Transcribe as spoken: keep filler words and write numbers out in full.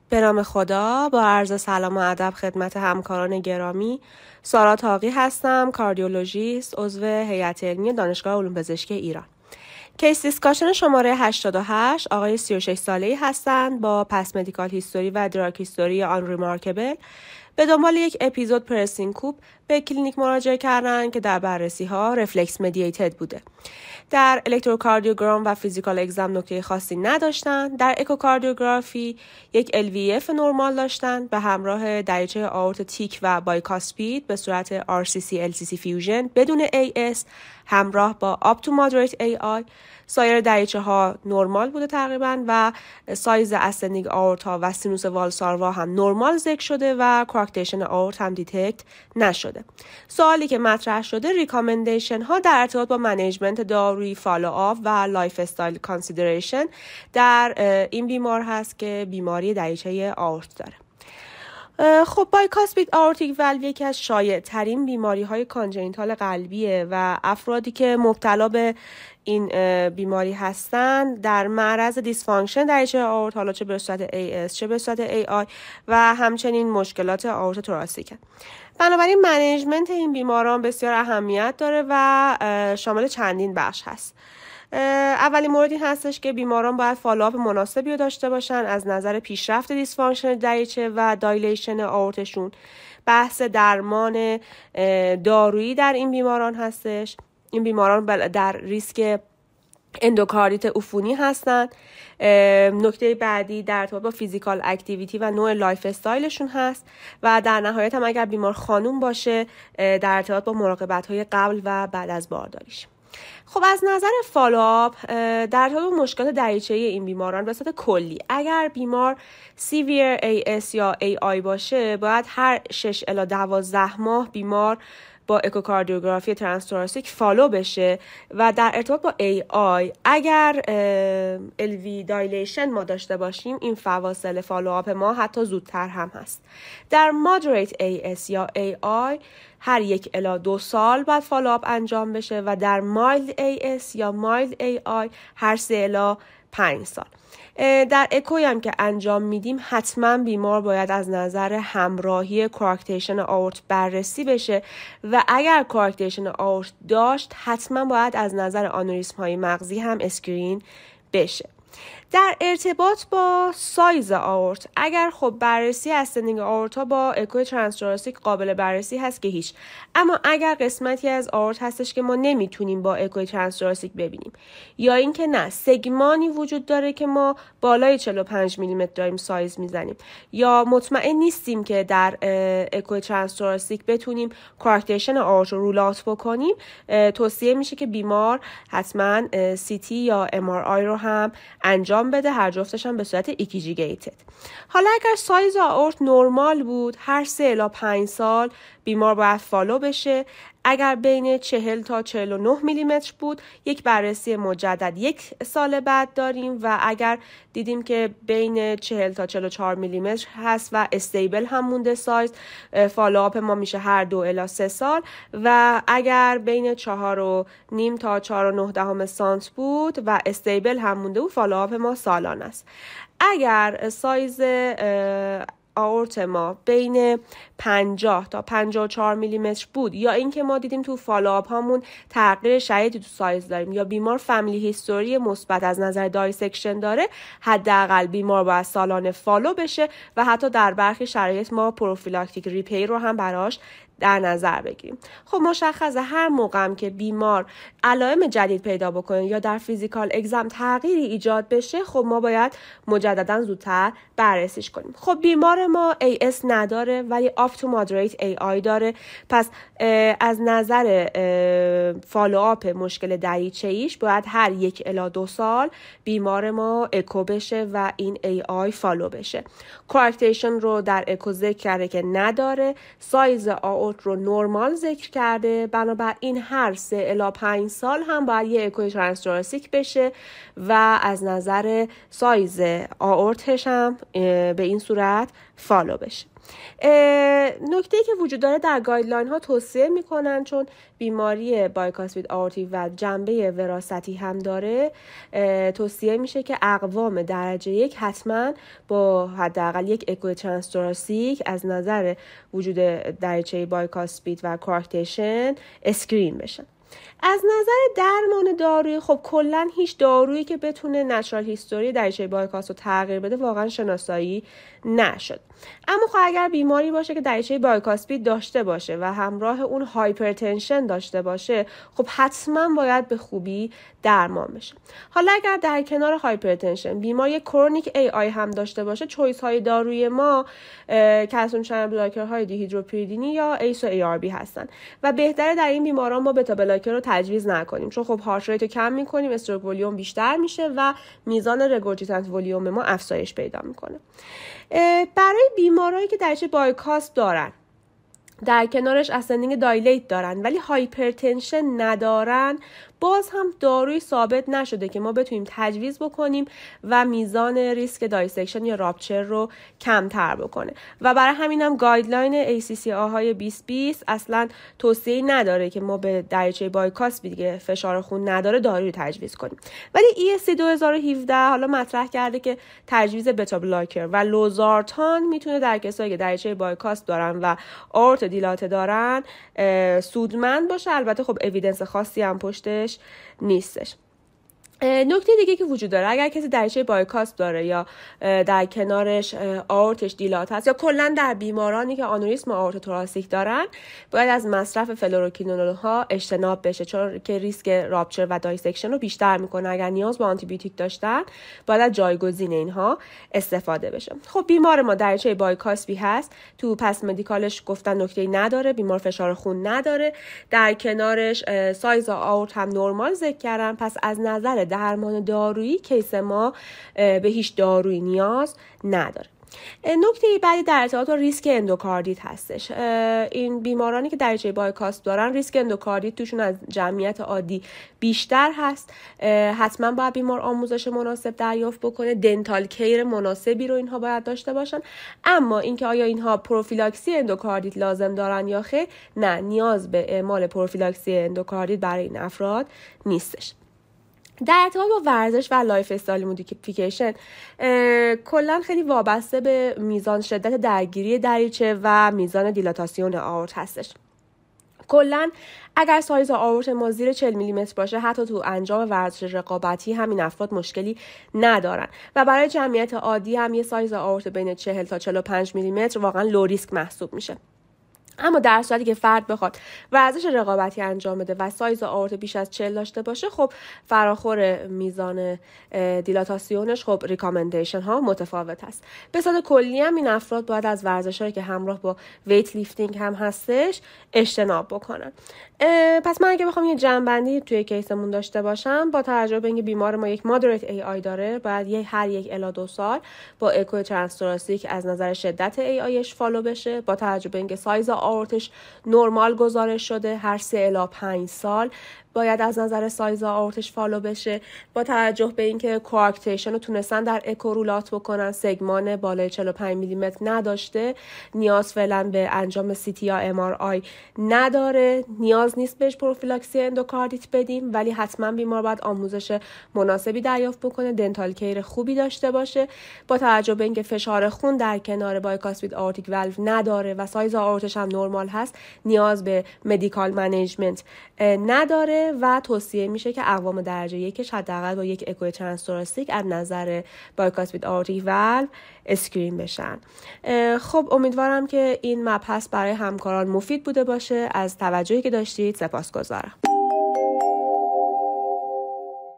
به نام خدا، با عرض سلام و ادب خدمت همکاران گرامی. سارا طاقی هستم، کاردیولوژیست، عضو هیئت علمی دانشگاه علوم پزشکی ایران. کیس دیسکاشن شماره هشتاد و هشت آقای سی و شش ساله‌ای هستند با پس مدیکال هیستوری و دراگ هیستوری آن ریمارکبل. به دنبال یک اپیزود پرسینکوپ به کلینیک مراجعه کردن که در بررسی ها رفلکس مدییتد بوده. در الکتروکاردیوگرام و فیزیکال اگزم نکته خاصی نداشتن. در اکوکاردیوگرافی یک ال وی اف نورمال داشتن به همراه دریچه آورت تیک و بایکاسپید به صورت آر سی سی ال سی سی فیوژن بدون ای اس همراه با آپ تو مادریت ای آی. سایر دریچه ها نورمال بوده تقریبا و سایز اسندینگ آورتا و سینوس والساروا هم نورمال ذکر شده و کواکتیشن آورت هم دیتکت نشده. سوالی که مطرح شده ریکامندیشن ها در ارتباط با منیجمنت دارویی، فالو آپ و لایف استایل کانسیدریشن در این بیمار هست که بیماری دریچه آورت داره. خب بایکاسپید آورتیک والو یکی از شایع ترین بیماری های کانجنیتال قلبیه و افرادی که مبتلا به این بیماری هستن در معرض دیسفانکشن دریچه آورت، حالا چه به صورت ای اس چه به صورت ای آی و همچنین مشکلات آورت توراسیک. بنابراین منیجمنت این بیماران بسیار اهمیت داره و شامل چندین بخش هست. اولین مورد این هستش که بیماران باید فالوآپ مناسبی رو داشته باشن از نظر پیشرفت دیسفانکشن دریچه و دایلیشن آورتشون. بحث درمان دارویی در این بیماران هستش. این بیماران در ریسک اندوکاردیت عفونی هستند. نکته بعدی در ارتباط با فیزیکال اکتیویتی و نوع لایف استایلشون هست و در نهایت هم اگر بیمار خانوم باشه در ارتباط با مراقبت‌های قبل و بعد از بارداریش. خب از نظر فالوآپ در ارتباط با مشکل دریچه این بیماران به صورت کلی اگر بیمار سیویر ای اس یا ای آی باشه باید هر شش الی دوازده ماه بیمار با اکوکاردیوگرافی ترانستوراسیک فالو بشه و در ارتباط با ای آی اگر ال وی دایلیشن ما داشته باشیم این فواصل فالوآپ ما حتی زودتر هم هست. در مادریت ای اس یا ای آی هر یک الی دو سال باید فالوآپ انجام بشه و در مایلد ای اس یا مایلد ای آی هر سه الی پنج سال. در اکوی هم که انجام میدیم حتما بیمار باید از نظر همراهی کواکتیشن آورت بررسی بشه و اگر کواکتیشن آورت داشت حتما باید از نظر آنوریسم های مغزی هم اسکرین بشه. در ارتباط با سایز آورت اگر خب بررسی اسندینگ آورتا با اکوی ترانستوراسیک قابل بررسی هست که هیچ، اما اگر قسمتی از آورت هستش که ما نمیتونیم با اکوی ترانستوراسیک ببینیم یا اینکه نه سگمانی وجود داره که ما بالای چهل و پنج میلیمتر داریم سایز میزنیم یا مطمئن نیستیم که در اکوی ترانستوراسیک بتونیم کواکتیشن آورت رو رول اوت بکنیم، توصیه میشه که بیمار حتما سی تی یا ام آر آی رو هم انجام بده، هر جفتش هم به صورت ایکیجی گیتد. حالا اگر سایز آورت نورمال بود هر سه الی پنج سال بیمار باید فالو بشه. اگر بین چهل تا چهل و نه میلیمتر بود یک بررسی مجدد یک سال بعد داریم و اگر دیدیم که بین چهل تا چهل و چهار میلیمتر هست و استیبل هم مونده سایز فالوآپ ما میشه هر دو الی سه سال و اگر بین چهار و نیم تا چهار و نه دهم سانت بود و استیبل هم مونده و فالوآپ ما سالانه است. اگر سایز آورت ما بین پنجاه تا پنجاه و چهار میلیمتر بود یا اینکه ما دیدیم تو فالوآپ هامون تغییر شدیدی تو سایز داریم یا بیمار فامیلی هیستوری مثبت از نظر دایسکشن داره حداقل بیمار باید سالانه فالو بشه و حتی در برخی شرایط ما پروفیلاکتیک ریپیر رو هم براش در نظر بگیریم. خب مشخصه هر موقعم که بیمار علائم جدید پیدا بکنه یا در فیزیکال اگزم تغییری ایجاد بشه خب ما باید مجددا زودتر بررسیش کنیم. خب بیمار ما ای اس نداره ولی آپ تو مادریت ای آی داره، پس از نظر فالوآپ مشکل دریچه ایش باید هر یک الی دو سال بیمار ما اکو بشه و این ای آی فالو بشه. کواکتیشن رو در اکو ذکر کرده که نداره، سایز آورت رو نورمال ذکر کرده، بنابراین هر سه الی پنج سال هم باید یه اکوی ترانستوراسیک بشه و از نظر سایز آورتش هم به این صورت فالو بشه. نکته‌ای که وجود داره در گایدلاین ها توصیه میکنن چون بیماری بایکاسپید آورتیک و جنبه وراثتی هم داره، توصیه میشه که اقوام درجه یک حتما با حداقل یک اکو ترانستوراسیک از نظر وجود دریچه بایکاسپید و کوارکتیشن اسکرین بشن. از نظر درمان دارویی خب کلا هیچ دارویی که بتونه نچرال هیستوری دریچه بایکاس رو تغییر بده واقعا شناسایی نشد. اما خب اگر بیماری باشه که دریچه بایکاسپید داشته باشه و همراه اون هایپرتنشن داشته باشه، خب حتما باید به خوبی درمان بشه. حالا اگر در کنار هایپرتنشن بیماری کرونیک ای آی هم داشته باشه، چویس های دارویی ما کلسیم چنل بلاکر های دیهیدروپیریدینی یا ایس و ای آر بی هستن و بهتره در این بیماران ما بتا بلاکر رو تجویز نکنیم چون خب هارت ریت رو کم میکنیم، استروک ولیوم بیشتر میشه و میزان رگورجیتنت ولیوم ما افزایش پیدا میکنه. برای بیمارایی که دریچه بایکاس دارن، در کنارش اسندینگ دایلیت دارن ولی هایپرتنشن ندارن، باز هم داروی ثابت نشده که ما بتونیم تجویز بکنیم و میزان ریسک دایسکشن یا راپچر رو کمتر بکنه و برای همین هم گایدلاین ای سی سی آ های بیست بیست اصلا توصیه نداره که ما به دریچه بایکاس دیگه فشار خون نداره داروی تجویز کنیم. ولی ای اس سی دو هزار و هفده حالا مطرح کرده که تجویز بتا بلاکر و لوزارتان میتونه در کسایی که دریچه بایکاس دارن و آورت دیلاته دارن سودمند باشه. البته خب اوییدنس خاصی هم پشتش نیستش. نکته دیگه که وجود داره، اگر کسی دریچه بایکاس داره یا در کنارش آورتش دیلات هست یا کلا در بیمارانی که آنوریسم آورت توراسیک دارن، باید از مصرف فلوروکینول ها اجتناب بشه چون که ریسک راپچر و دایسکشن رو بیشتر میکنه. اگر نیاز به آنتی بیوتیک داشتن باید از جایگزین اینها استفاده بشه. خب بیمار ما دریچه بایکاسپی هست، تو پس مدیکالش گفتن نکته‌ای نداره، بیمار فشار خون نداره، در کنارش سایز آورت هم نرمال ذکر کردن، پس از نظر درمان دارویی کیس ما به هیچ دارویی نیاز نداره. نکته بعدی در ارتباط با ریسک اندوکاردیت هستش. این بیمارانی که دریچه بایکاس دارن ریسک اندوکاردیت توشون از جمعیت عادی بیشتر هست. حتما باید بیمار آموزش مناسب دریافت بکنه، دنتال کیر مناسبی رو اینها باید داشته باشن. اما اینکه آیا اینها پروفیلاکسی اندوکاردیت لازم دارن یا خیر، نه، نیاز به اعمال پروفیلاکسی اندوکاردیت برای این افراد نیستش. در ارتباط با ورزش و لایف استایل مودیفیکیشن کلا خیلی وابسته به میزان شدت درگیری دریچه و میزان دیلاتاسیون آورت هستش. کلا اگر سایز آورت ما زیر چهل میلی متر باشه، حتی تو انجام ورزش رقابتی همین افراد مشکلی ندارن و برای جمعیت عادی هم یه سایز آورت بین چهل تا چهل و پنج میلی متر واقعا لو ریسک محسوب میشه. اما در صورتی که فرد بخواد ورزش رقابتی انجام بده و سایز آورت بیش از چهل داشته باشه، خب فراخور میزان دیلاتاسیونش خب ریکامندیشن ها متفاوت هست. به صورت کلی هم این افراد باید از ورزش‌هایی که همراه با ویت لیفتینگ هم هستش اجتناب بکنن. پس من اگه بخوام یه جمع‌بندی توی کیسمون داشته باشم، با توجه به اینکه بیمار ما یک مادرت ای آی داره، باید یه هر یک الی دو سال با اکو ترانستوراسیک از نظر شدت ای آیش فالو بشه. با توجه به اینکه سایز آورتش نرمال گزارش شده، هر سه الی پنج سال باید از نظر سایز آورتش فالو بشه. با توجه به اینکه کوارکتیشن رو تونستن در اکو رولات بکنن، سگمان بالای چهل و پنج میلی متر نداشته، نیاز فعلا به انجام سی تی یا ام آر آی نداره، نیاز نیست بهش پروفیلاکسی اندوکاردیت بدیم، ولی حتما بیمار باید آموزش مناسبی دریافت بکنه، دنتال کیر خوبی داشته باشه. با توجه به اینکه فشار خون در کنار بایکاسپید آورتیک والو نداره و سایز آورتش هم نرمال هست، نیاز به مدیکال منیجمنت نداره و توصیه میشه که اقوام درجه یکش حداقل با یک اکو ترانستوراسیک از نظر بایکاسپید آورتیک والو اسکرین بشن. خب امیدوارم که این مبحث برای همکاران مفید بوده باشه. از توجهی که داشتید سپاسگزارم.